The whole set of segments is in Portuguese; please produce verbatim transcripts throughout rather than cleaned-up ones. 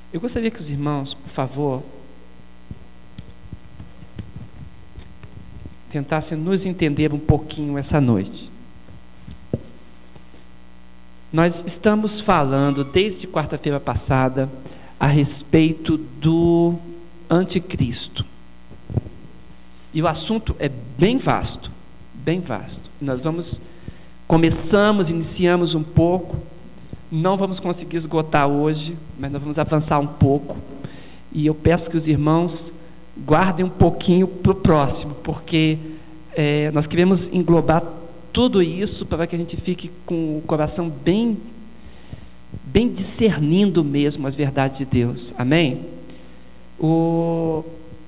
Eu gostaria que os irmãos, por favor, tentassem nos entender um pouquinho essa noite. Nós estamos falando desde quarta-feira passada a respeito do anticristo. E o assunto é bem vasto, bem vasto. Nós vamos, começamos, iniciamos um pouco, não vamos conseguir esgotar hoje, mas nós vamos avançar um pouco. E eu peço que os irmãos guardem um pouquinho para o próximo, porque é, nós queremos englobar tudo isso para que a gente fique com o coração bem, bem discernindo mesmo as verdades de Deus. Amém? O...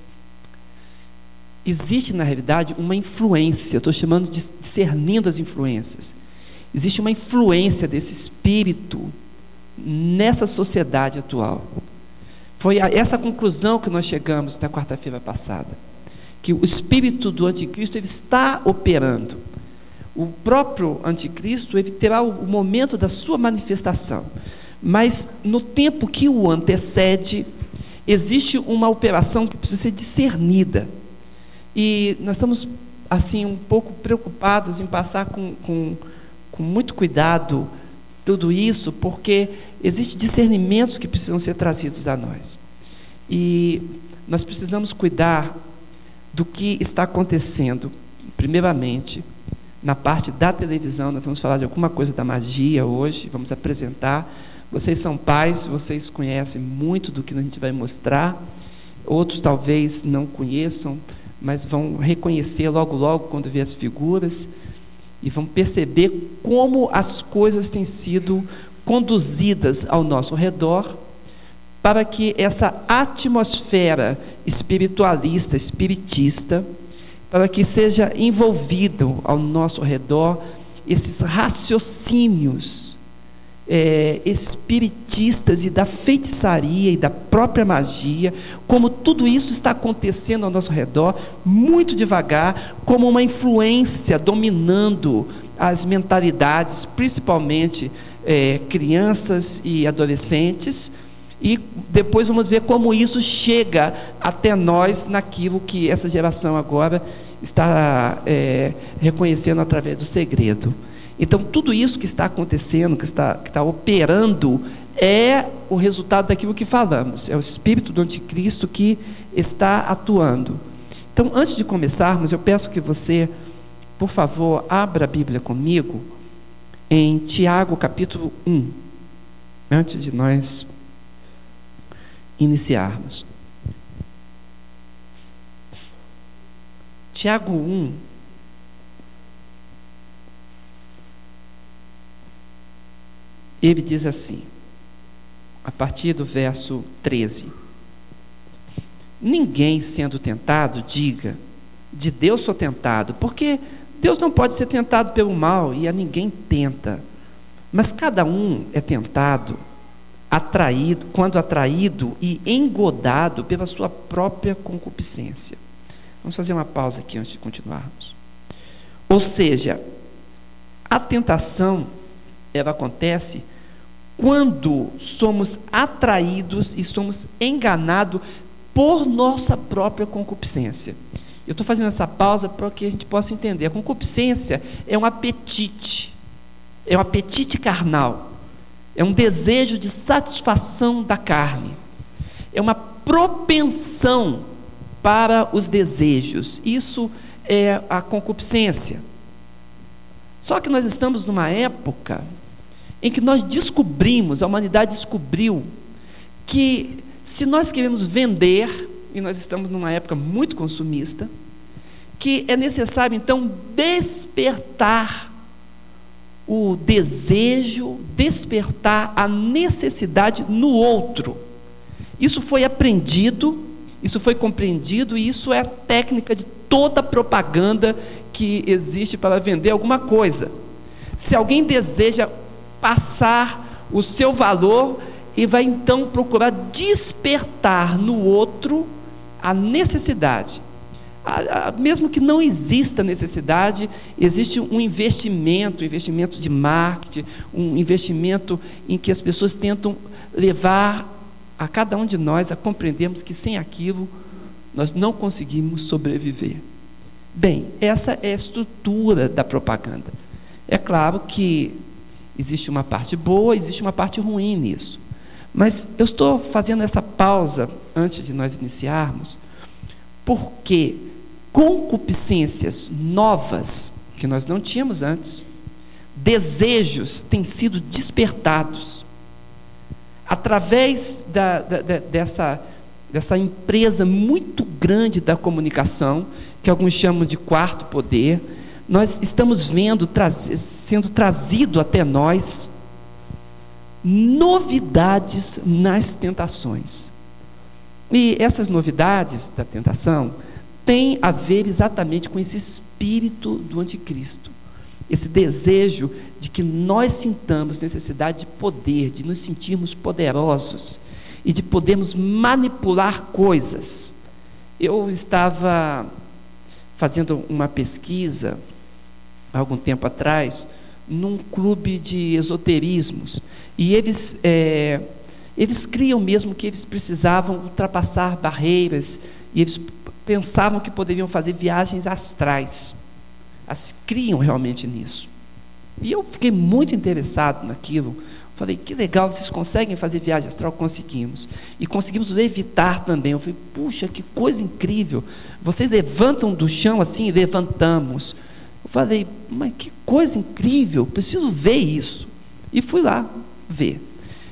Existe, na realidade, uma influência, eu estou chamando de discernindo as influências. Existe uma influência desse espírito nessa sociedade atual. Foi a essa conclusão que nós chegamos na quarta-feira passada, que o espírito do anticristo ele está operando. O próprio anticristo ele terá o momento da sua manifestação, mas no tempo que o antecede, existe uma operação que precisa ser discernida. E nós estamos, assim, um pouco preocupados em passar com, com, com muito cuidado tudo isso, porque existem discernimentos que precisam ser trazidos a nós. E nós precisamos cuidar do que está acontecendo, primeiramente, na parte da televisão. Nós vamos falar de alguma coisa da magia hoje, vamos apresentar. Vocês são pais, vocês conhecem muito do que a gente vai mostrar, outros talvez não conheçam, mas vão reconhecer logo, logo, quando ver as figuras, e vão perceber como as coisas têm sido conduzidas ao nosso redor, para que essa atmosfera espiritualista, espiritista, para que seja envolvido ao nosso redor esses raciocínios é, espiritistas e da feitiçaria e da própria magia, como tudo isso está acontecendo ao nosso redor, muito devagar, como uma influência dominando as mentalidades, principalmente é, crianças e adolescentes, e depois vamos ver como isso chega até nós naquilo que essa geração agora está é, reconhecendo através do segredo. Então, tudo isso que está acontecendo, que está, que está operando, é o resultado daquilo que falamos, é o espírito do anticristo que está atuando. Então, antes de começarmos, eu peço que você, por favor, abra a Bíblia comigo em Tiago capítulo um, antes de nós iniciarmos. Tiago um, ele diz assim, a partir do verso treze: ninguém sendo tentado diga, de Deus sou tentado, porque Deus não pode ser tentado pelo mal, e a ninguém tenta, mas cada um é tentado, atraído, quando atraído e engodado pela sua própria concupiscência. Vamos fazer uma pausa aqui antes de continuarmos. Ou seja, a tentação, ela acontece quando somos atraídos e somos enganados por nossa própria concupiscência. Eu estou fazendo essa pausa para que a gente possa entender. A concupiscência é um apetite, é um apetite carnal, é um desejo de satisfação da carne, é uma propensão para os desejos. Isso é a concupiscência. Só que nós estamos numa época em que nós descobrimos, a humanidade descobriu, que se nós queremos vender, e nós estamos numa época muito consumista, que é necessário então despertar o desejo, despertar a necessidade no outro. Isso foi aprendido, isso foi compreendido, e isso é a técnica de toda propaganda que existe para vender alguma coisa. Se alguém deseja passar o seu valor, e vai então procurar despertar no outro a necessidade. A, a, mesmo que não exista necessidade, existe um investimento, um investimento de marketing, um investimento em que as pessoas tentam levar a cada um de nós a compreendermos que sem aquilo nós não conseguimos sobreviver. Bem, essa é a estrutura da propaganda. É claro que existe uma parte boa, existe uma parte ruim nisso. Mas eu estou fazendo essa pausa antes de nós iniciarmos, porque concupiscências novas, que nós não tínhamos antes, desejos têm sido despertados através da, da, da, dessa, dessa empresa muito grande da comunicação, que alguns chamam de quarto poder. Nós estamos vendo, traz, sendo trazido até nós, novidades nas tentações. E essas novidades da tentação têm a ver exatamente com esse espírito do anticristo. Esse desejo de que nós sintamos necessidade de poder, de nos sentirmos poderosos e de podermos manipular coisas. Eu estava fazendo uma pesquisa, há algum tempo atrás, num clube de esoterismos, e eles, é, eles criam mesmo que eles precisavam ultrapassar barreiras, e eles pensavam que poderiam fazer viagens astrais. As criam realmente nisso. E eu fiquei muito interessado naquilo. Falei, que legal, vocês conseguem fazer viagem astral? Conseguimos. E conseguimos levitar também. Eu falei, puxa, que coisa incrível. Vocês levantam do chão assim? Levantamos. Eu falei, mas que coisa incrível, preciso ver isso. E fui lá ver.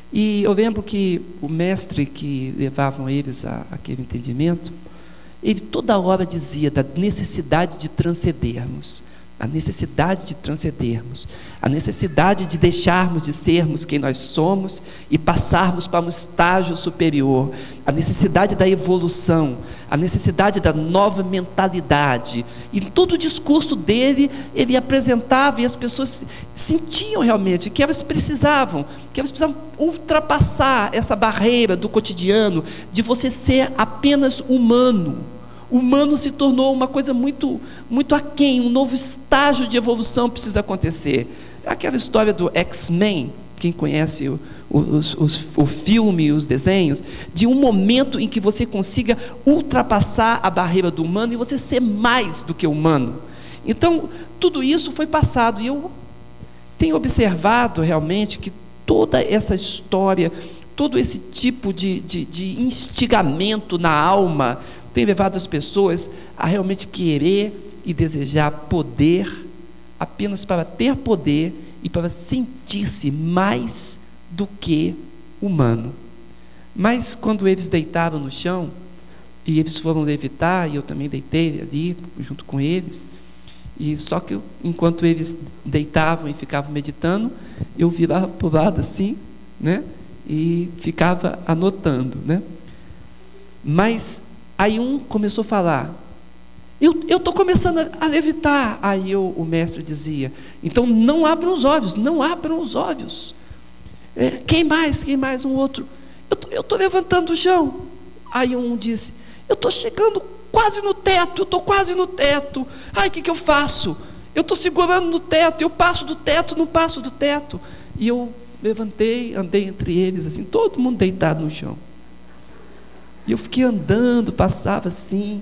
E eu lembro que o mestre que levavam eles a, a aquele entendimento, ele toda hora dizia da necessidade de transcendermos, a necessidade de transcendermos, a necessidade de deixarmos de sermos quem nós somos e passarmos para um estágio superior, a necessidade da evolução, a necessidade da nova mentalidade. E todo o discurso dele, ele apresentava, e as pessoas sentiam realmente que elas precisavam, que elas precisavam ultrapassar essa barreira do cotidiano, de você ser apenas humano. Humano se tornou uma coisa muito, muito aquém, um novo estágio de evolução precisa acontecer. Aquela história do X-Men, quem conhece o, os, os, o filme, os desenhos, de um momento em que você consiga ultrapassar a barreira do humano e você ser mais do que humano. Então, tudo isso foi passado, e eu tenho observado realmente que toda essa história, todo esse tipo de, de, de instigamento na alma, tem levado as pessoas a realmente querer e desejar poder, apenas para ter poder e para sentir-se mais do que humano. Mas quando eles deitaram no chão, e eles foram levitar, e eu também deitei ali, junto com eles, e só que eu, enquanto eles deitavam e ficavam meditando, eu virava para o lado assim, né, e ficava anotando, né? Mas aí um começou a falar, eu estou começando a, a levitar. Aí eu, o mestre dizia, então não abram os olhos, não abram os olhos. É, quem mais? Quem mais? Um outro, eu estou levantando o chão. Aí um disse, eu estou chegando quase no teto, eu estou quase no teto. Ai, o que, que eu faço? Eu estou segurando no teto, eu passo do teto, não passo do teto. E eu levantei, andei entre eles, assim, todo mundo deitado no chão. E eu fiquei andando, passava assim.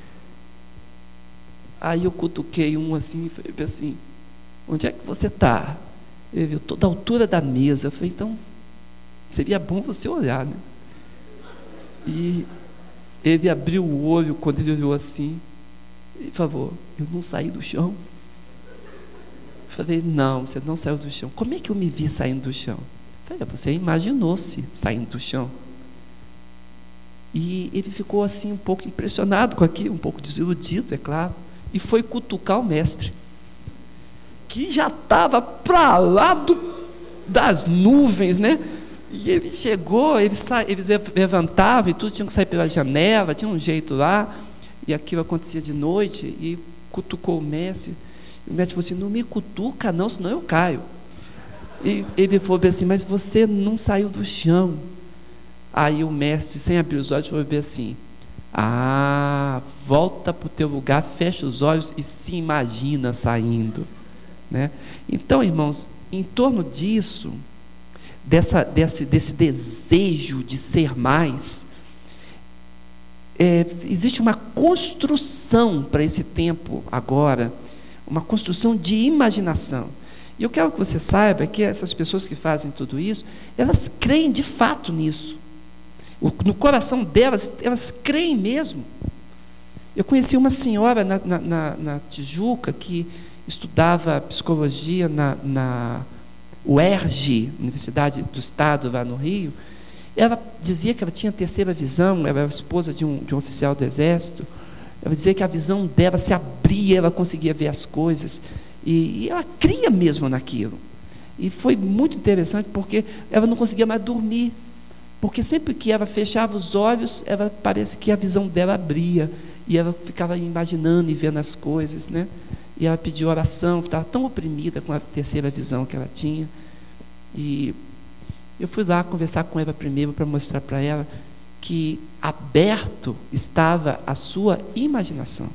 Aí eu cutuquei um assim, e falei assim, onde é que você está? Ele, eu estou da altura da mesa. Eu falei, então, seria bom você olhar, né? E ele abriu o olho quando ele olhou assim, e falou, eu não saí do chão? Eu falei, não, você não saiu do chão. Como é que eu me vi saindo do chão? Eu falei, você imaginou-se saindo do chão. E ele ficou assim um pouco impressionado com aquilo, um pouco desiludido, é claro, e foi cutucar o mestre, que já estava para lá do, das nuvens, né? E ele chegou, eles, sa, eles levantavam e tudo, tinham que sair pela janela, tinha um jeito lá, e aquilo acontecia de noite, e cutucou o mestre, e o mestre falou assim, não me cutuca não, senão eu caio. E ele falou assim, mas você não saiu do chão. Aí o mestre, sem abrir os olhos, falou bem assim, ah, volta para o teu lugar, fecha os olhos e se imagina saindo, né? Então, irmãos, em torno disso, dessa, desse, desse desejo de ser mais, é, existe uma construção para esse tempo agora, uma construção de imaginação. E eu quero que você saiba que essas pessoas que fazem tudo isso, elas creem de fato nisso. No coração delas, elas creem mesmo. Eu conheci uma senhora na, na, na, na Tijuca que estudava psicologia na, na U E R J, Universidade do Estado, lá no Rio. Ela dizia que ela tinha terceira visão, ela era esposa de um, de um oficial do Exército. Ela dizia que a visão dela se abria, ela conseguia ver as coisas. E, e ela cria mesmo naquilo. E foi muito interessante porque ela não conseguia mais dormir. Porque sempre que ela fechava os olhos, ela, parece que a visão dela abria. E ela ficava imaginando e vendo as coisas, né? E ela pediu oração, estava tão oprimida com a terceira visão que ela tinha. E eu fui lá conversar com ela primeiro para mostrar para ela que aberto estava a sua imaginação.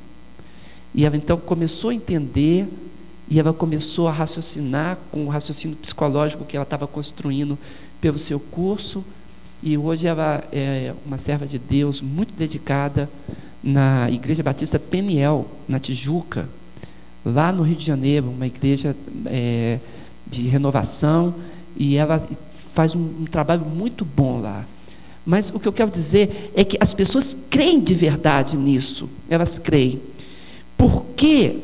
E ela então começou a entender, e ela começou a raciocinar com o raciocínio psicológico que ela estava construindo pelo seu curso. E hoje ela é uma serva de Deus muito dedicada na Igreja Batista Peniel, na Tijuca, lá no Rio de Janeiro, uma igreja é, de renovação, e ela faz um, um trabalho muito bom lá. Mas o que eu quero dizer é que as pessoas creem de verdade nisso, elas creem, porque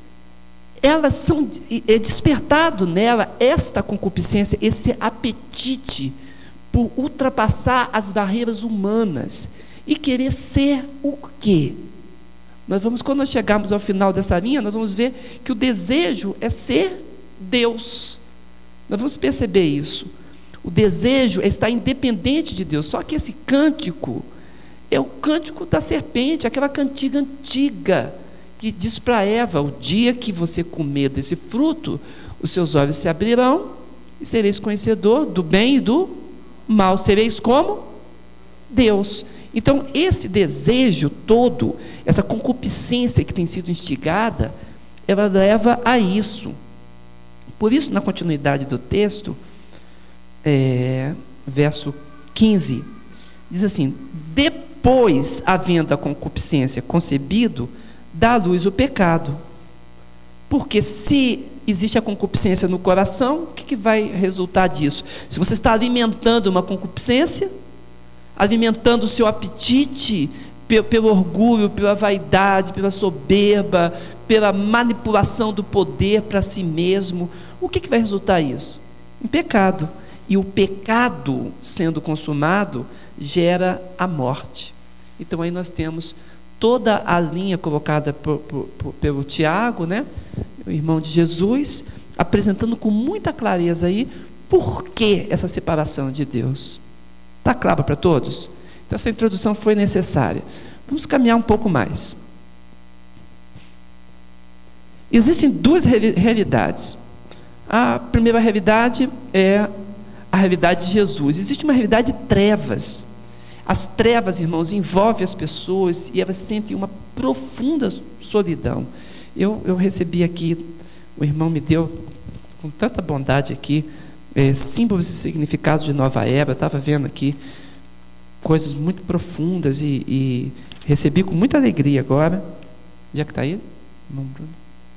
elas são, é despertado nela esta concupiscência, esse apetite por ultrapassar as barreiras humanas e querer ser o quê? Nós vamos, quando nós chegarmos ao final dessa linha, nós vamos ver que o desejo é ser Deus. Nós vamos perceber isso. O desejo é estar independente de Deus. Só que esse cântico é o cântico da serpente, aquela cantiga antiga que diz para Eva: o dia que você comer desse fruto, os seus olhos se abrirão e sereis conhecedor do bem e do mal. Sereis como Deus. Então, esse desejo todo, essa concupiscência que tem sido instigada, ela leva a isso. Por isso, na continuidade do texto, é, verso quinze, diz assim: depois, havendo a concupiscência concebido, dá à luz o pecado. Porque se existe a concupiscência no coração, o que, que vai resultar disso? Se você está alimentando uma concupiscência, alimentando o seu apetite pelo, pelo orgulho, pela vaidade, pela soberba, pela manipulação do poder para si mesmo, o que, que vai resultar isso? Um pecado. E o pecado, sendo consumado, gera a morte. Então aí nós temos toda a linha colocada por, por, por, pelo Tiago, né, o irmão de Jesus, apresentando com muita clareza aí por que essa separação de Deus. Está claro para todos? Então essa introdução foi necessária. Vamos caminhar um pouco mais. Existem duas realidades. A primeira realidade é a realidade de Jesus. Existe uma realidade de trevas. As trevas, irmãos, envolvem as pessoas e elas sentem uma profunda solidão. Eu, eu recebi aqui, o irmão me deu com tanta bondade aqui, é, símbolos e significados de nova era. Eu estava vendo aqui coisas muito profundas e, e recebi com muita alegria agora. Onde é que está aí, irmão Bruno?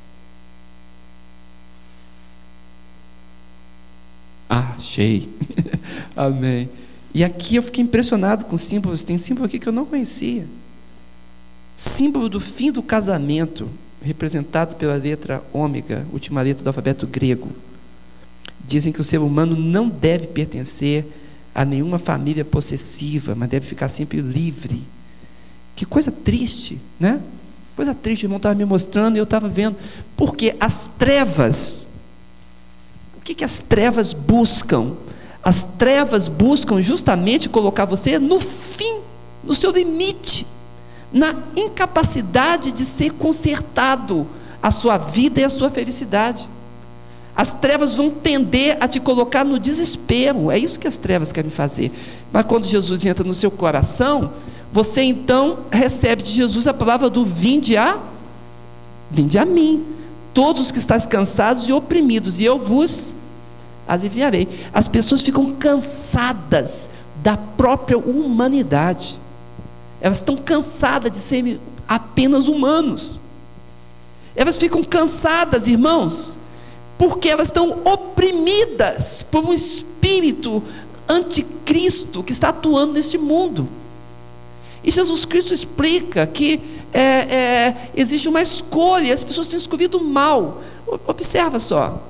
Ah, achei. Amém. E aqui eu fiquei impressionado com símbolos. Tem símbolo aqui que eu não conhecia. Símbolo do fim do casamento, representado pela letra ômega, última letra do alfabeto grego. Dizem que o ser humano não deve pertencer a nenhuma família possessiva, mas deve ficar sempre livre. Que coisa triste, né? Coisa triste, o irmão estava me mostrando e eu estava vendo. Porque as trevas, o que, que as trevas buscam? As trevas buscam justamente colocar você no fim, no seu limite, na incapacidade de ser consertado a sua vida e a sua felicidade. As trevas vão tender a te colocar no desespero. É isso que as trevas querem fazer. Mas quando Jesus entra no seu coração, você então recebe de Jesus a palavra do vinde a, vinde a mim, todos os que estáis cansados e oprimidos, e eu vos aliviarei. As pessoas ficam cansadas da própria humanidade. Elas estão cansadas de serem apenas humanos. Elas ficam cansadas, irmãos, porque elas estão oprimidas por um espírito anticristo que está atuando nesse mundo. E Jesus Cristo explica que é, é, existe uma escolha, as pessoas têm escolhido o mal. Observa só.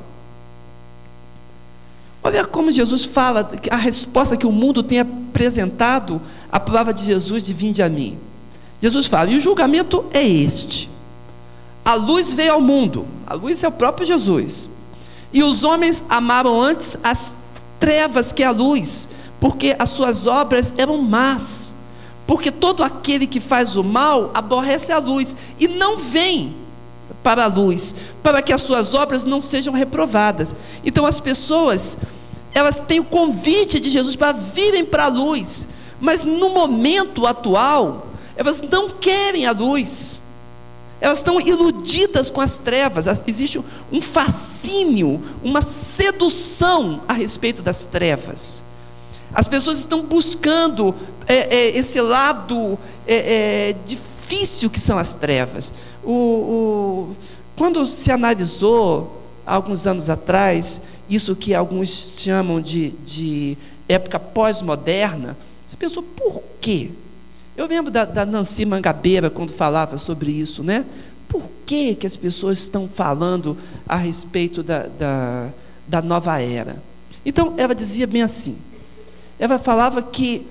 Olha como Jesus fala, a resposta que o mundo tem apresentado à palavra de Jesus de vinde a mim. Jesus fala, e o julgamento é este: a luz veio ao mundo, a luz é o próprio Jesus, e os homens amaram antes as trevas que a luz, porque as suas obras eram más, porque todo aquele que faz o mal aborrece a luz, e não vem para a luz, para que as suas obras não sejam reprovadas. Então as pessoas, elas têm o convite de Jesus para virem para a luz, mas no momento atual, elas não querem a luz, elas estão iludidas com as trevas. Existe um fascínio, uma sedução a respeito das trevas. As pessoas estão buscando é, é, esse lado é, é, difícil que são as trevas. O, o, quando se analisou, há alguns anos atrás, isso que alguns chamam de, de época pós-moderna, você pensou, por quê? Eu lembro da, da Nancy Mangabeira, quando falava sobre isso, né? Por que, que as pessoas estão falando a respeito da, da, da nova era? Então, ela dizia bem assim, ela falava que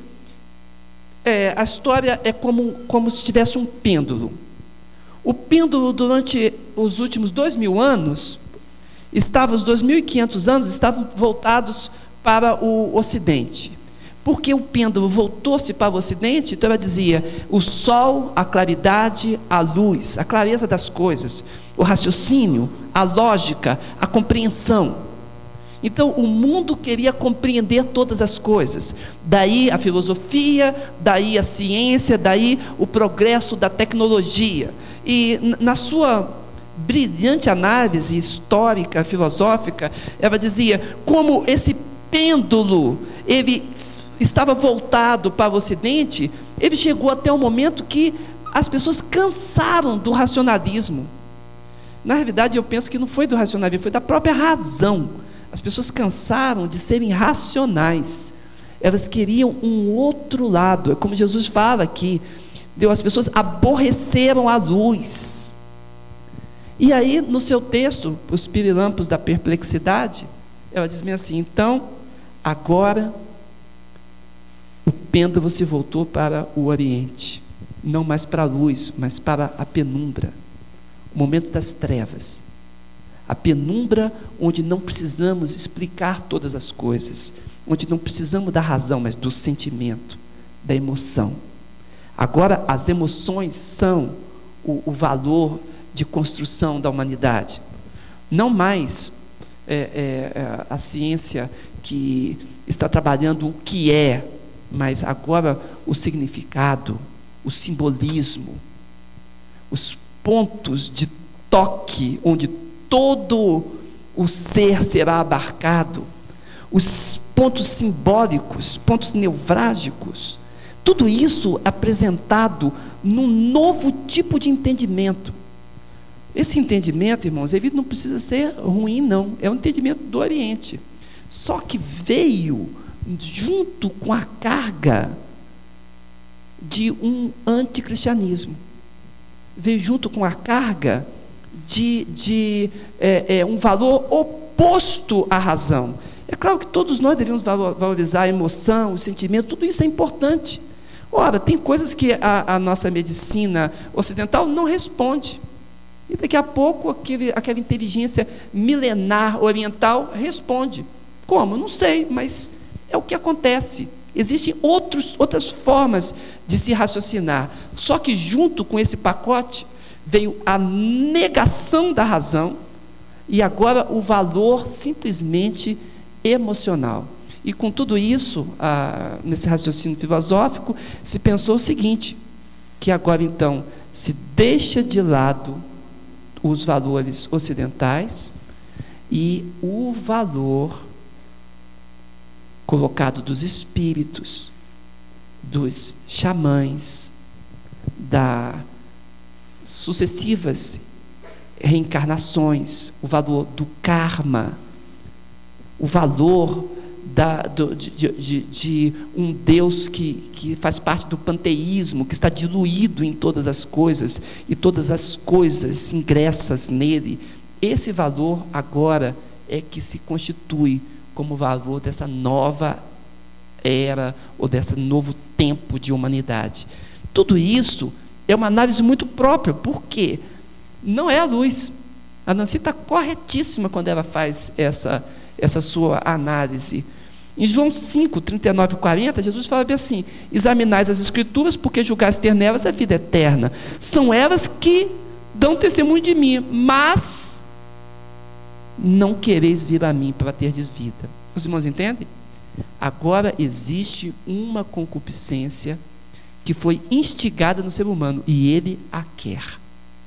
é, a história é como, como se tivesse um pêndulo. O pêndulo, durante os últimos dois mil anos, estava, os dois mil e quinhentos anos, estavam voltados para o Ocidente. Porque o pêndulo voltou-se para o Ocidente, então ela dizia, o sol, a claridade, a luz, a clareza das coisas, o raciocínio, a lógica, a compreensão. Então o mundo queria compreender todas as coisas, daí a filosofia, daí a ciência, daí o progresso da tecnologia. E na sua brilhante análise histórica, filosófica, ela dizia, como esse pêndulo, ele estava voltado para o Ocidente, ele chegou até um momento que as pessoas cansaram do racionalismo. Na realidade, eu penso que não foi do racionalismo, foi da própria razão. As pessoas cansaram de serem racionais, elas queriam um outro lado. É como Jesus fala aqui, Deus, as pessoas aborreceram a luz. E aí, no seu texto, os pirilampos da perplexidade, ela diz bem assim, então, agora o pêndulo se voltou para o Oriente, não mais para a luz, mas para a penumbra, o momento das trevas, a penumbra onde não precisamos explicar todas as coisas, onde não precisamos da razão, mas do sentimento, da emoção. Agora as emoções são o, o valor de construção da humanidade, não mais é, é, a ciência que está trabalhando o que é, mas agora o significado, o simbolismo, os pontos de toque, onde todo o ser será abarcado, os pontos simbólicos, pontos nevrálgicos, tudo isso apresentado num novo tipo de entendimento. Esse entendimento, irmãos, ele não precisa ser ruim, não, é um entendimento do Oriente, só que veio junto com a carga de um anticristianismo, veio junto com a carga de, de é, é, um valor oposto à razão. É claro que todos nós devemos valorizar a emoção, o sentimento, tudo isso é importante. Ora, tem coisas que a, a nossa medicina ocidental não responde, e daqui a pouco aquele, aquela inteligência milenar oriental responde. Como? Não sei, mas é o que acontece. Existem outros, outras formas de se raciocinar. Só que junto com esse pacote veio a negação da razão e agora o valor simplesmente emocional. E com tudo isso, ah, nesse raciocínio filosófico, se pensou o seguinte, que agora então se deixa de lado os valores ocidentais e o valor colocado dos espíritos, dos xamãs, das sucessivas reencarnações, o valor do karma, o valor da, do, de, de, de um Deus que, que faz parte do panteísmo, que está diluído em todas as coisas, e todas as coisas ingressas nele. Esse valor agora é que se constitui como valor dessa nova era, ou desse novo tempo de humanidade. Tudo isso é uma análise muito própria, porque não é a luz. A Nancy está corretíssima quando ela faz essa, essa sua análise. Em João cinco, trinta e nove e quarenta, Jesus fala bem assim: examinais as Escrituras, porque julgais ter nelas a vida eterna. São elas que dão testemunho de mim, mas não quereis vir a mim para terdes vida. Os irmãos entendem? Agora existe uma concupiscência que foi instigada no ser humano, e ele a quer.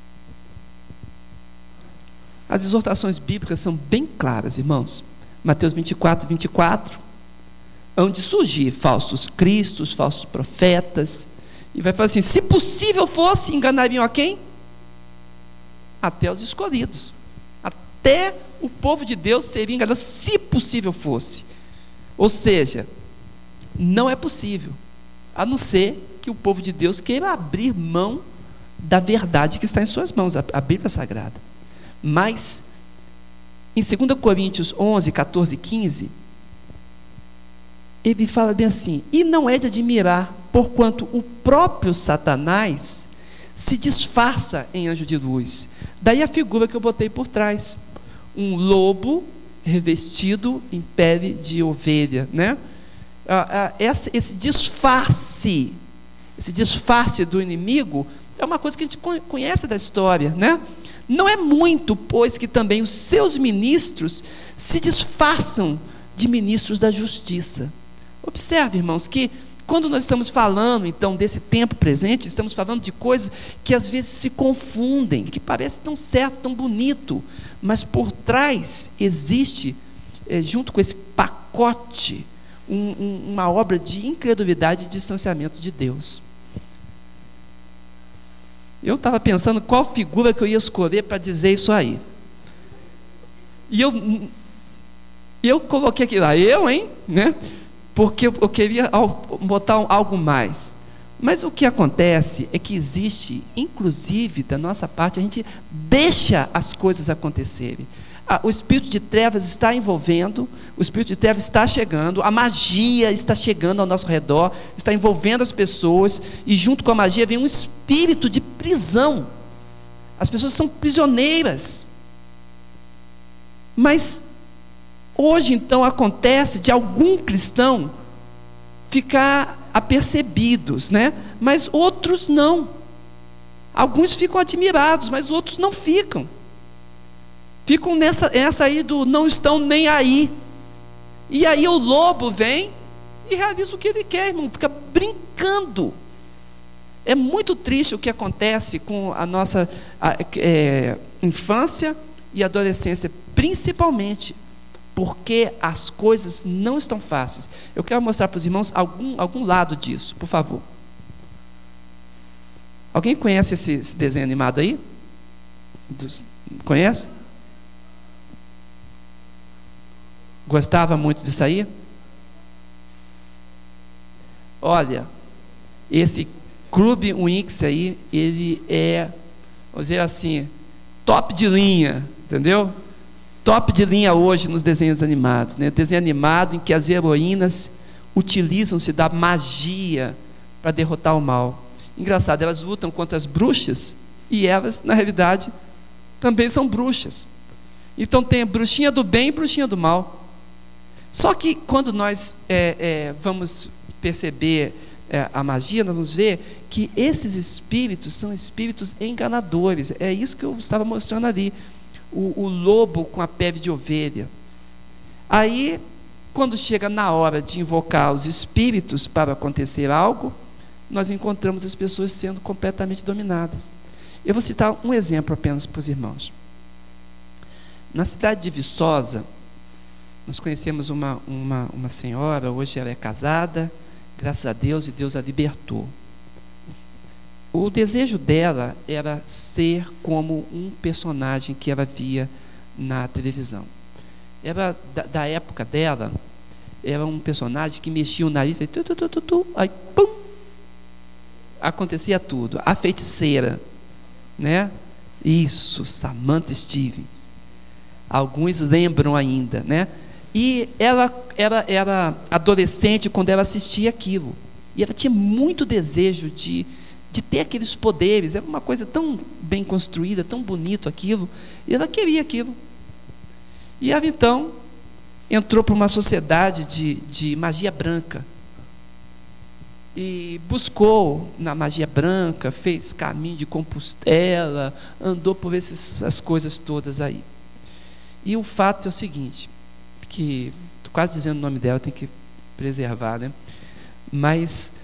As exortações bíblicas são bem claras, irmãos. Mateus vinte e quatro, vinte e quatro, onde surgir falsos cristos, falsos profetas, e vai falar assim: se possível fosse, enganariam a quem? Até os escolhidos. Até o povo de Deus seria enganado, se possível fosse. Ou seja, não é possível, a não ser que o povo de Deus queira abrir mão da verdade que está em suas mãos, a, a Bíblia Sagrada. Mas, em dois Coríntios onze, catorze e quinze, ele fala bem assim: e não é de admirar, porquanto o próprio Satanás se disfarça em anjo de luz. Daí a figura que eu botei por trás, um lobo revestido em pele de ovelha, né? Esse disfarce, esse disfarce do inimigo é uma coisa que a gente conhece da história, né? Não é muito, pois, que também os seus ministros se disfarçam de ministros da justiça. Observe, irmãos, que quando nós estamos falando, então, desse tempo presente, estamos falando de coisas que às vezes se confundem, que parece tão certo, tão bonito, mas por trás existe, é, junto com esse pacote, um, um, uma obra de incredulidade e distanciamento de Deus. Eu estava pensando qual figura que eu ia escolher para dizer isso aí. E eu, eu coloquei aqui lá, eu, hein? Né? Porque eu queria botar algo mais. Mas o que acontece é que existe, inclusive da nossa parte, a gente deixa as coisas acontecerem. O espírito de trevas está envolvendo, o espírito de trevas está chegando, a magia está chegando ao nosso redor, está envolvendo as pessoas, e junto com a magia vem um espírito de prisão. As pessoas são prisioneiras. Mas hoje, então, acontece de algum cristão ficar apercebidos, né? Mas outros não. Alguns ficam admirados, mas outros não ficam. Ficam nessa, nessa aí do não estão nem aí. E aí o lobo vem e realiza o que ele quer, irmão. Fica brincando. É muito triste o que acontece com a nossa a, é, infância e adolescência, principalmente porque as coisas não estão fáceis. Eu quero mostrar para os irmãos algum, algum lado disso, por favor. Alguém conhece esse, esse desenho animado aí? Conhece? Gostava muito disso aí? Olha, esse Clube Winx aí, ele é, vamos dizer assim, top de linha, entendeu? Top de linha hoje nos desenhos animados, né? Desenho animado em que as heroínas utilizam-se da magia para derrotar o mal. Engraçado, elas lutam contra as bruxas e elas, na realidade, também são bruxas. Então tem a bruxinha do bem e bruxinha do mal. Só que quando nós é, é, vamos perceber é, a magia, nós vamos ver que esses espíritos são espíritos enganadores. É isso que eu estava mostrando ali. O, o lobo com a pele de ovelha. Aí, quando chega na hora de invocar os espíritos para acontecer algo, nós encontramos as pessoas sendo completamente dominadas. Eu vou citar um exemplo apenas para os irmãos. Na cidade de Viçosa, Nós conhecemos uma, uma, uma senhora, hoje ela é casada, graças a Deus, e Deus a libertou. O desejo dela era ser como um personagem que ela via na televisão. Era da, da época dela, era um personagem que mexia o nariz, tu, tu, tu, tu, tu, aí pum, acontecia tudo. A feiticeira, né? Isso, Samantha Stevens. Alguns lembram ainda, né? E ela era, era adolescente quando ela assistia aquilo. E ela tinha muito desejo de, de ter aqueles poderes. Era uma coisa tão bem construída, tão bonito aquilo. E ela queria aquilo. E ela, então, entrou para uma sociedade de, de magia branca. E buscou na magia branca, fez caminho de Compostela, andou por essas, essas coisas todas aí. E o fato é o seguinte, que estou quase dizendo o nome dela, tem que preservar, né? Mas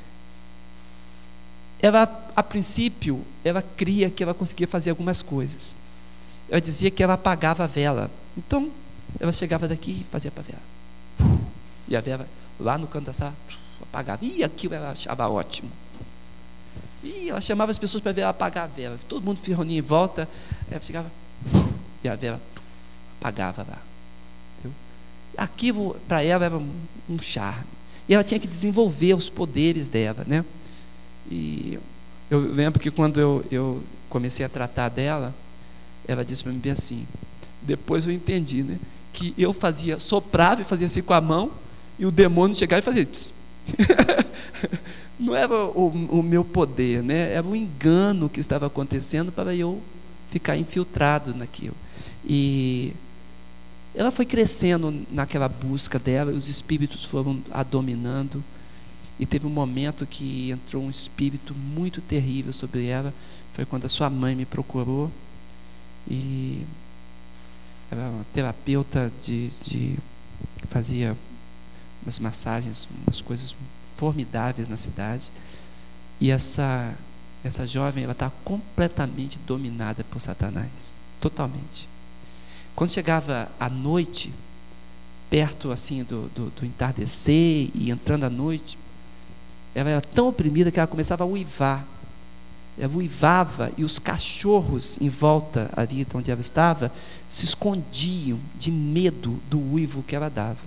ela, a princípio, ela cria que ela conseguia fazer algumas coisas. Ela dizia que ela apagava a vela. Então, ela chegava daqui e fazia para a vela. E a vela, lá no canto da sala, apagava. E aquilo ela achava ótimo. E ela chamava as pessoas para ver ela apagar a vela. Todo mundo se reunia em volta, ela chegava, e a vela apagava lá. Entendeu? Aquilo, para ela, era um, um charme. E ela tinha que desenvolver os poderes dela, né? E eu lembro que quando eu, eu comecei a tratar dela, ela disse para mim bem assim, depois eu entendi, né? Que eu fazia, soprava e fazia assim com a mão, e o demônio chegava e fazia tss. Não era o, o meu poder, né? Era o engano que estava acontecendo para eu ficar infiltrado naquilo. E ela foi crescendo naquela busca dela, os espíritos foram a dominando, e teve um momento que entrou um espírito muito terrível sobre ela. Foi quando a sua mãe me procurou, e ela era uma terapeuta de, de fazia umas massagens, umas coisas formidáveis na cidade, e essa essa jovem, ela está completamente dominada por Satanás, totalmente. Quando chegava à noite, perto assim do, do, do entardecer e entrando à noite, ela era tão oprimida que ela começava a uivar. Ela uivava e os cachorros em volta ali onde ela estava se escondiam de medo do uivo que ela dava.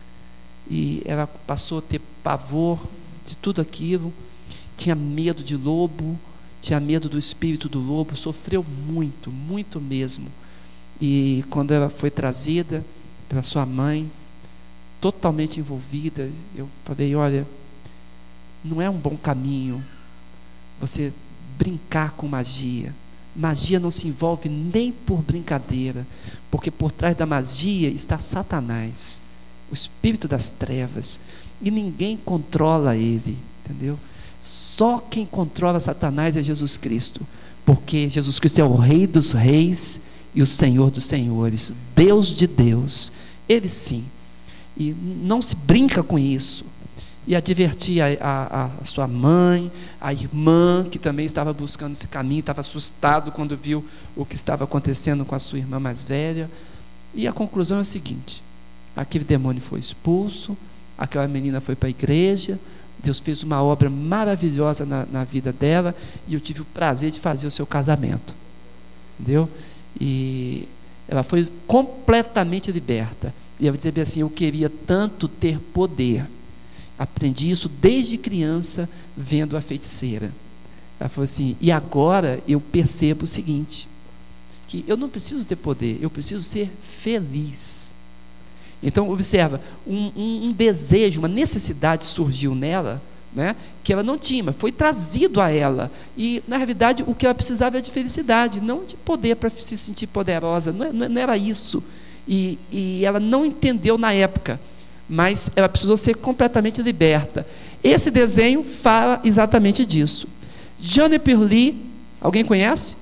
E ela passou a ter pavor de tudo aquilo, tinha medo de lobo, tinha medo do espírito do lobo, sofreu muito, muito mesmo. E quando ela foi trazida pela sua mãe, totalmente envolvida, eu falei, olha, não é um bom caminho você brincar com magia. Magia não se envolve nem por brincadeira, porque por trás da magia está Satanás, o espírito das trevas, e ninguém controla ele, entendeu? Só quem controla Satanás é Jesus Cristo, porque Jesus Cristo é o Rei dos Reis e o Senhor dos Senhores, Deus de Deus, Ele sim, e não se brinca com isso. E advertia a, a, a sua mãe, a irmã, que também estava buscando esse caminho, estava assustado quando viu o que estava acontecendo com a sua irmã mais velha. E a conclusão é a seguinte: aquele demônio foi expulso, aquela menina foi para a igreja, Deus fez uma obra maravilhosa na, na vida dela, e eu tive o prazer de fazer o seu casamento, entendeu? E ela foi completamente liberta. E ela dizia assim, eu queria tanto ter poder. Aprendi isso desde criança, vendo a feiticeira. Ela falou assim, e agora eu percebo o seguinte, que eu não preciso ter poder, eu preciso ser feliz. Então, observa, um, um, um desejo, uma necessidade surgiu nela, né, que ela não tinha, mas foi trazido a ela. E, na realidade, o que ela precisava era de felicidade, não de poder para se sentir poderosa, não, não era isso. E, e ela não entendeu na época, mas ela precisou ser completamente liberta. Esse desenho fala exatamente disso. Juniper Lee, alguém conhece?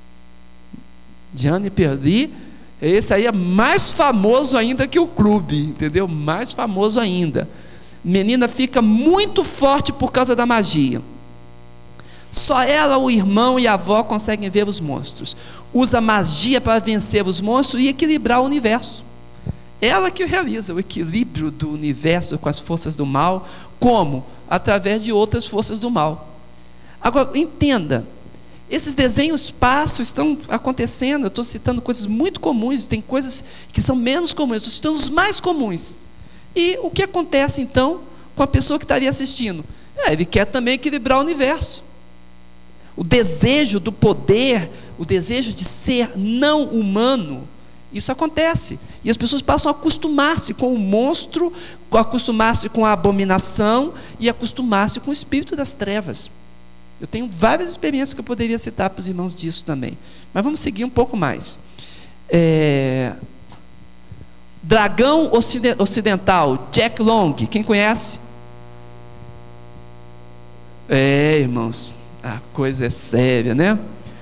Juniper Lee, esse aí é mais famoso ainda que o clube, entendeu? Mais famoso ainda. Menina fica muito forte por causa da magia. Só ela, o irmão e a avó conseguem ver os monstros. Usa magia para vencer os monstros e equilibrar o universo. Ela que realiza o equilíbrio do universo com as forças do mal. Como? Através de outras forças do mal. Agora, entenda, esses desenhos passam, estão acontecendo. Eu estou citando coisas muito comuns, tem coisas que são menos comuns, eu estou citando os mais comuns. E o que acontece então com a pessoa que estaria assistindo? É, ele quer também equilibrar o universo. O desejo do poder, o desejo de ser não humano, isso acontece. E as pessoas passam a acostumar-se com o monstro, a acostumar-se com a abominação e a acostumar-se com o espírito das trevas. Eu tenho várias experiências que eu poderia citar para os irmãos disso também. Mas vamos seguir um pouco mais. É... Dragão Ocidental, Jack Long, quem conhece? É, irmãos, a coisa é séria, né?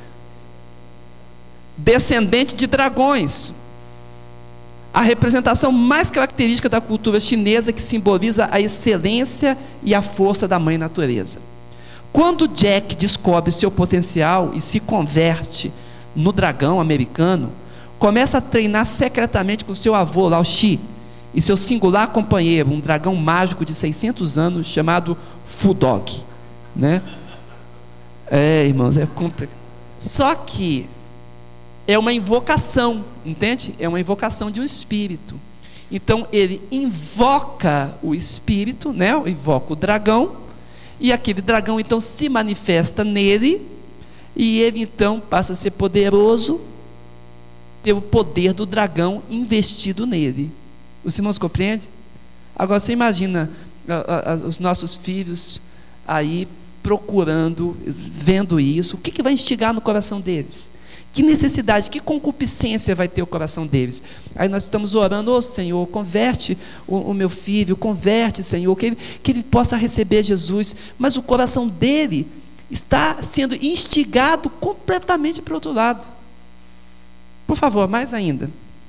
Descendente de dragões, a representação mais característica da cultura chinesa, que simboliza a excelência e a força da mãe natureza. Quando Jack descobre seu potencial e se converte no dragão americano, começa a treinar secretamente com seu avô, Lao Shi, e seu singular companheiro, um dragão mágico de seiscentos anos, chamado Fudog, né? É, irmãos, é complicado. Só que é uma invocação, entende? É uma invocação de um espírito. Então ele invoca o espírito, né? Invoca o dragão, e aquele dragão então se manifesta nele, e ele então passa a ser poderoso pelo poder do dragão investido nele. Os irmãos compreendem? Agora você imagina a, a, os nossos filhos aí procurando, vendo isso, o que, que vai instigar no coração deles? Que necessidade, que concupiscência vai ter o coração deles? Aí nós estamos orando, ô Senhor, converte o, o meu filho, converte, Senhor, que ele, que ele possa receber Jesus, mas o coração dele está sendo instigado completamente para o outro lado. Por favor, mais ainda.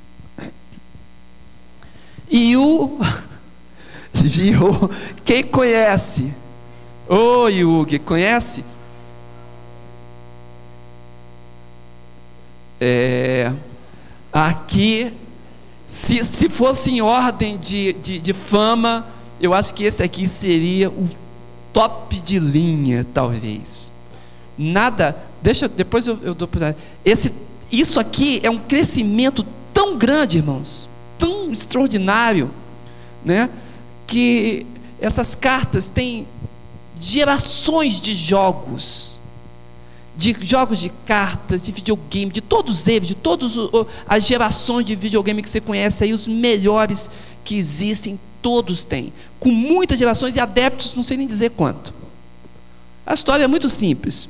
E o Gio, quem conhece? Ô Yugi, conhece? É, aqui, se, se fosse em ordem de, de, de fama, eu acho que esse aqui seria o top de linha, talvez. Nada, deixa, depois eu, eu dou para esse. Isso aqui é um crescimento tão grande, irmãos, tão extraordinário, né? Que essas cartas têm gerações de jogos, de jogos de cartas, de videogame, de todos eles, de todas as gerações de videogame que você conhece aí, os melhores que existem, todos têm, com muitas gerações e adeptos, não sei nem dizer quanto. A história é muito simples.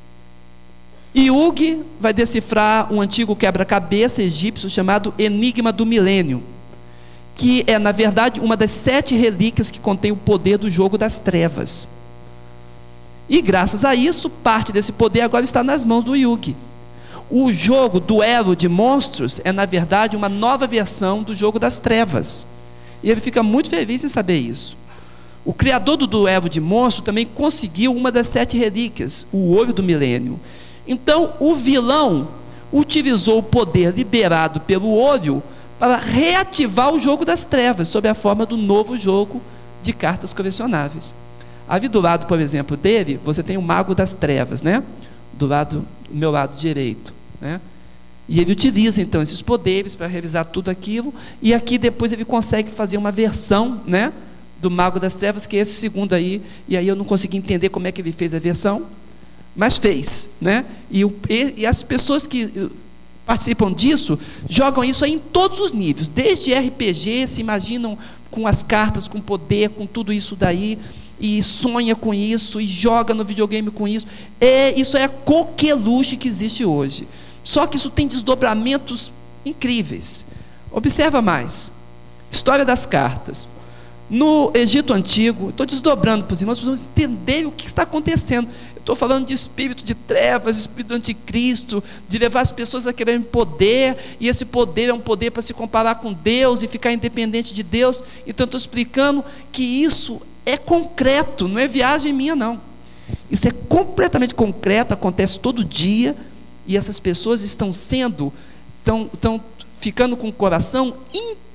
Yugi vai decifrar um antigo quebra-cabeça egípcio chamado Enigma do Milênio, que é, na verdade, uma das sete relíquias que contém o poder do jogo das trevas. E graças a isso, parte desse poder agora está nas mãos do Yugi. O jogo Duelo de Monstros é, na verdade, uma nova versão do jogo das trevas. E ele fica muito feliz em saber isso. O criador do Duelo de Monstros também conseguiu uma das sete relíquias, o Olho do Milênio. Então, o vilão utilizou o poder liberado pelo olho para reativar o jogo das trevas, sob a forma do novo jogo de cartas colecionáveis. Ali do lado, por exemplo, dele, você tem o Mago das Trevas, né? Do lado, do meu lado direito, né? E ele utiliza, então, esses poderes para realizar tudo aquilo, e aqui depois ele consegue fazer uma versão, né, do Mago das Trevas, que é esse segundo aí, e aí eu não consegui entender como é que ele fez a versão, mas fez, né? E, o, e, e as pessoas que participam disso, jogam isso aí em todos os níveis, desde R P G, se imaginam com as cartas, com poder, com tudo isso daí, e sonha com isso, e joga no videogame com isso. É, isso é a coqueluche que existe hoje. Só que isso tem desdobramentos incríveis. Observa mais. História das cartas. No Egito Antigo, estou desdobrando para os irmãos, para os irmãos entenderem o que está acontecendo. Estou falando de espírito de trevas, espírito do anticristo, de levar as pessoas a quererem poder, e esse poder é um poder para se comparar com Deus e ficar independente de Deus. Então estou explicando que isso é concreto, não é viagem minha não. Isso é completamente concreto, acontece todo dia, e essas pessoas estão sendo, estão, estão ficando com o coração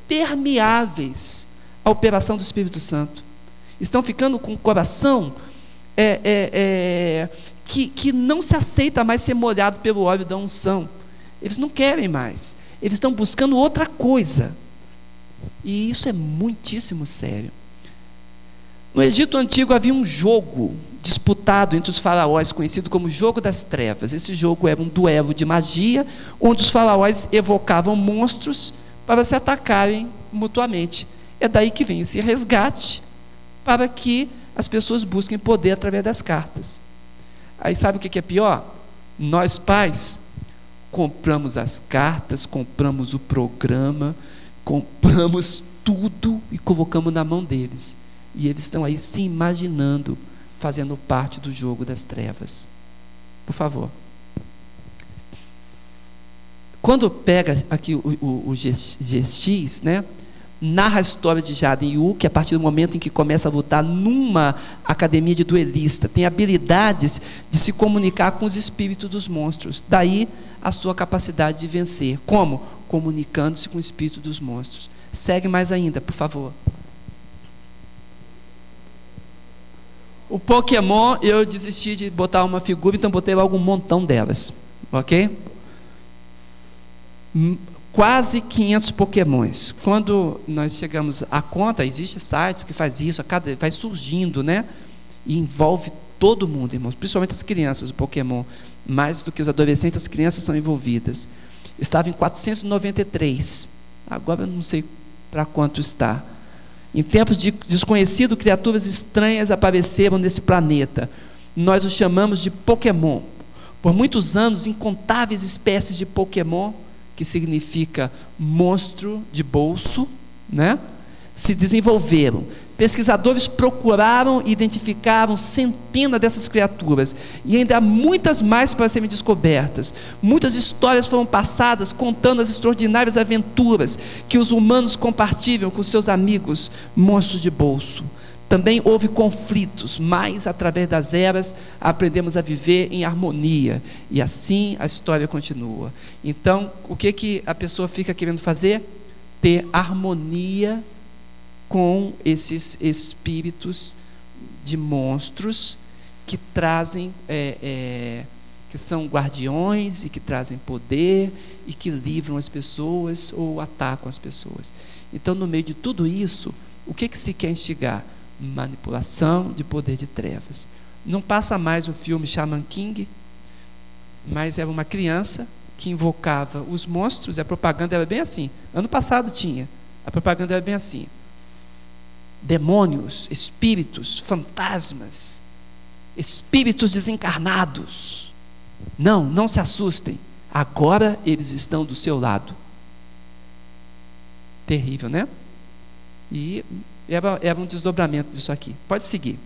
impermeáveis à operação do Espírito Santo. Estão ficando com o coração é, é, é, que, que não se aceita mais ser molhado pelo óleo da unção. Eles não querem mais. Eles estão buscando outra coisa. E isso é muitíssimo sério. No Egito Antigo havia um jogo disputado entre os faraós, conhecido como Jogo das Trevas. Esse jogo era um duelo de magia, onde os faraós evocavam monstros para se atacarem mutuamente. É daí que vem esse resgate, para que as pessoas busquem poder através das cartas. Aí sabe o que é pior? Nós pais compramos as cartas, compramos o programa, compramos tudo e colocamos na mão deles. E eles estão aí se imaginando fazendo parte do jogo das trevas. Por favor. Quando pega aqui o, o, o G X, né, narra a história de Jaden Yu, que a partir do momento em que começa a lutar numa academia de duelista, tem habilidades de se comunicar com os espíritos dos monstros. Daí a sua capacidade de vencer. Como? Comunicando-se com o espírito dos monstros. Segue mais ainda, por favor. O Pokémon, eu desisti de botar uma figura, então botei logo um montão delas, ok? Quase quinhentos Pokémons. Quando nós chegamos à conta, existem sites que fazem isso, a cada, vai surgindo, né? E envolve todo mundo, irmãos, principalmente as crianças, o Pokémon, mais do que os adolescentes, as crianças são envolvidas. Estava em quatrocentos e noventa e três, agora eu não sei para quanto está. Em tempos de desconhecido, criaturas estranhas apareceram nesse planeta. Nós os chamamos de Pokémon. Por muitos anos, incontáveis espécies de Pokémon, que significa monstro de bolso, né, se desenvolveram. Pesquisadores procuraram e identificaram centenas dessas criaturas, e ainda há muitas mais para serem descobertas. Muitas histórias foram passadas contando as extraordinárias aventuras que os humanos compartilham com seus amigos monstros de bolso. Também houve conflitos, mas através das eras aprendemos a viver em harmonia, e assim a história continua. Então, o que, que a pessoa fica querendo fazer? Ter harmonia com esses espíritos de monstros que trazem, é, é, que são guardiões e que trazem poder e que livram as pessoas ou atacam as pessoas. Então, no meio de tudo isso, o que, que se quer instigar? Manipulação de poder de trevas. Não passa mais o filme Shaman King, mas era uma criança que invocava os monstros, e a propaganda era bem assim. Ano passado tinha, a propaganda era bem assim: demônios, espíritos, fantasmas, espíritos desencarnados. Não, não se assustem, agora eles estão do seu lado. Terrível, né? E era, era um desdobramento disso aqui. Pode seguir.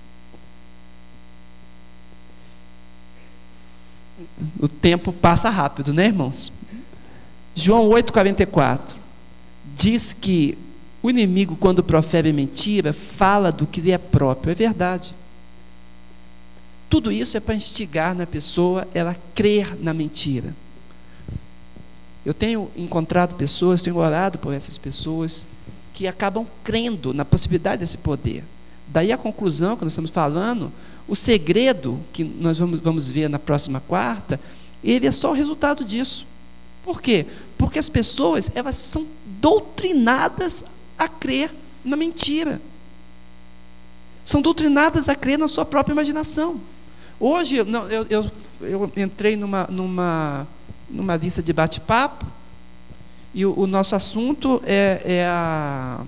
O tempo passa rápido, né, irmãos? João oito, quarenta e quatro diz que o inimigo, quando profere mentira, fala do que lhe é próprio. É verdade. Tudo isso é para instigar na pessoa ela crer na mentira. Eu tenho encontrado pessoas, tenho orado por essas pessoas que acabam crendo na possibilidade desse poder. Daí a conclusão que nós estamos falando, o segredo que nós vamos, vamos ver na próxima quarta, ele é só o resultado disso. Por quê? Porque as pessoas, elas são doutrinadas a crer na mentira. São doutrinadas a crer na sua própria imaginação. Hoje, eu, eu, eu, eu entrei numa, numa, numa lista de bate-papo, e o, o nosso assunto é, é a,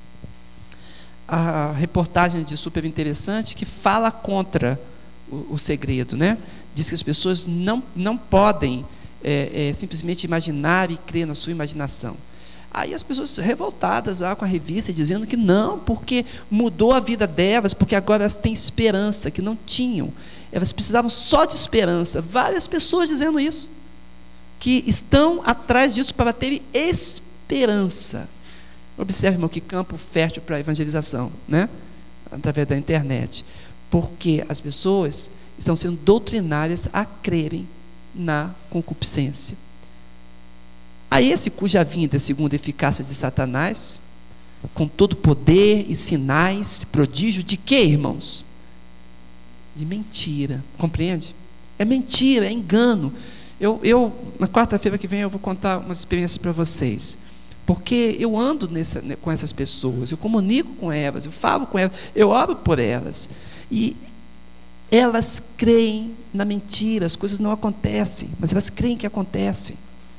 a reportagem de Super Interessante, que fala contra o, o segredo, né? Diz que as pessoas não, não podem é, é, simplesmente imaginar e crer na sua imaginação. Aí as pessoas revoltadas lá com a revista, dizendo que não, porque mudou a vida delas, porque agora elas têm esperança, que não tinham. Elas precisavam só de esperança. Várias pessoas dizendo isso, que estão atrás disso para terem esperança. Observe, irmão, que campo fértil para a evangelização, né? Através da internet. Porque as pessoas estão sendo doutrinárias a crerem na concupiscência. A esse cuja vinda é segundo a eficácia de Satanás, com todo poder e sinais, prodígio de quê, irmãos? De mentira, compreende? É mentira, é engano. Eu, eu na quarta-feira que vem, eu vou contar umas experiências para vocês, porque eu ando nessa, com essas pessoas, eu comunico com elas, eu falo com elas, eu oro por elas, e elas creem na mentira, as coisas não acontecem, mas elas creem que acontecem.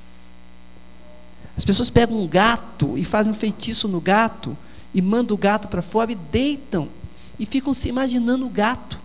As pessoas pegam um gato e fazem um feitiço no gato, e mandam o gato para fora e deitam, e ficam se imaginando o gato,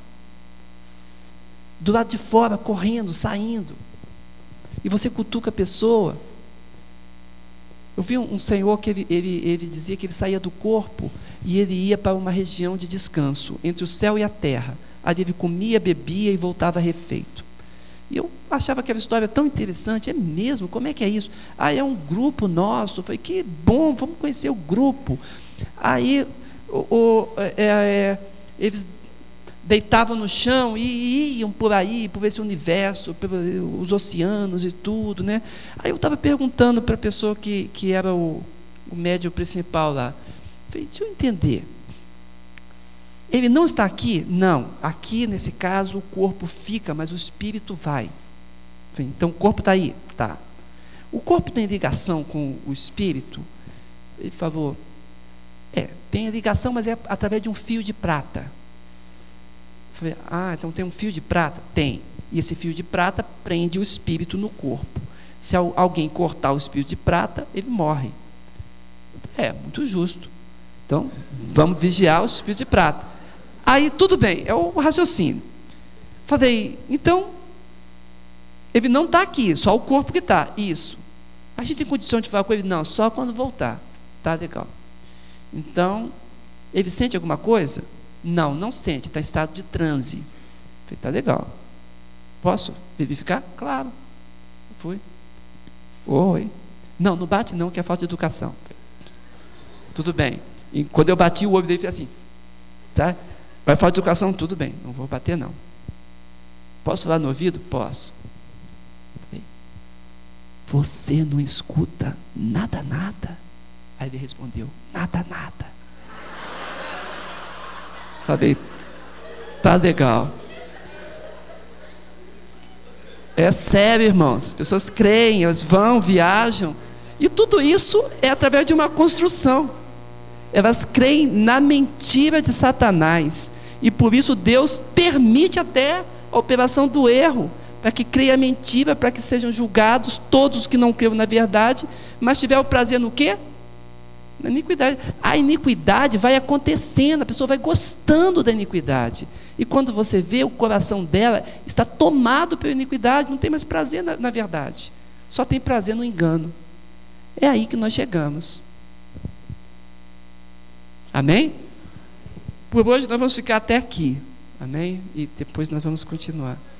do lado de fora, correndo, saindo, e você cutuca a pessoa. Eu vi um, um senhor que ele, ele, ele dizia que ele saía do corpo, e ele ia para uma região de descanso, entre o céu e a terra. Ali ele comia, bebia e voltava refeito. E eu achava aquela história tão interessante. É mesmo? Como é que é isso? Ah, é um grupo nosso. Eu falei, que bom, vamos conhecer o grupo. Aí o, o, é, é, eles deitavam no chão e iam por aí, por esse universo, pelos oceanos e tudo, né? Aí eu estava perguntando para a pessoa que, que era o, o médium principal lá. Eu falei, deixa eu entender. Ele não está aqui? Não. Aqui, nesse caso, o corpo fica, mas o espírito vai. Então, o corpo está aí? Tá. O corpo tem ligação com o espírito? Ele falou, é, tem ligação, mas é através de um fio de prata. Eu falei, ah, então tem um fio de prata? Tem. E esse fio de prata prende o espírito no corpo. Se alguém cortar o espírito de prata, ele morre. É, muito justo. Então, vamos vigiar o espírito de prata. Aí, tudo bem, é o raciocínio. Falei, então, ele não está aqui, só o corpo que está. Isso. A gente tem condição de falar com ele? Não, só quando voltar. Tá legal. Então, ele sente alguma coisa? Não, não sente, está em estado de transe. Falei, tá legal. Posso verificar? Claro. Fui. Oi. Não, não bate não, que é falta de educação. Falei, tudo bem. E quando eu bati, o olho dele fez assim. Tá? Vai falta de educação? Tudo bem, não vou bater não. Posso falar no ouvido? Posso. Você não escuta nada, nada? Aí ele respondeu, nada, nada. Falei, tá legal. É sério, irmãos. As pessoas creem, elas vão, viajam. E tudo isso é através de uma construção. Elas creem na mentira de Satanás. E por isso Deus permite até a operação do erro, para que creia a mentira, para que sejam julgados todos que não creram na verdade, mas tiver o prazer no quê? Na iniquidade. A iniquidade vai acontecendo, a pessoa vai gostando da iniquidade. E quando você vê, o coração dela está tomado pela iniquidade, não tem mais prazer na, na verdade, só tem prazer no engano. É aí que nós chegamos. Amém? Por hoje nós vamos ficar até aqui. Amém? E depois nós vamos continuar.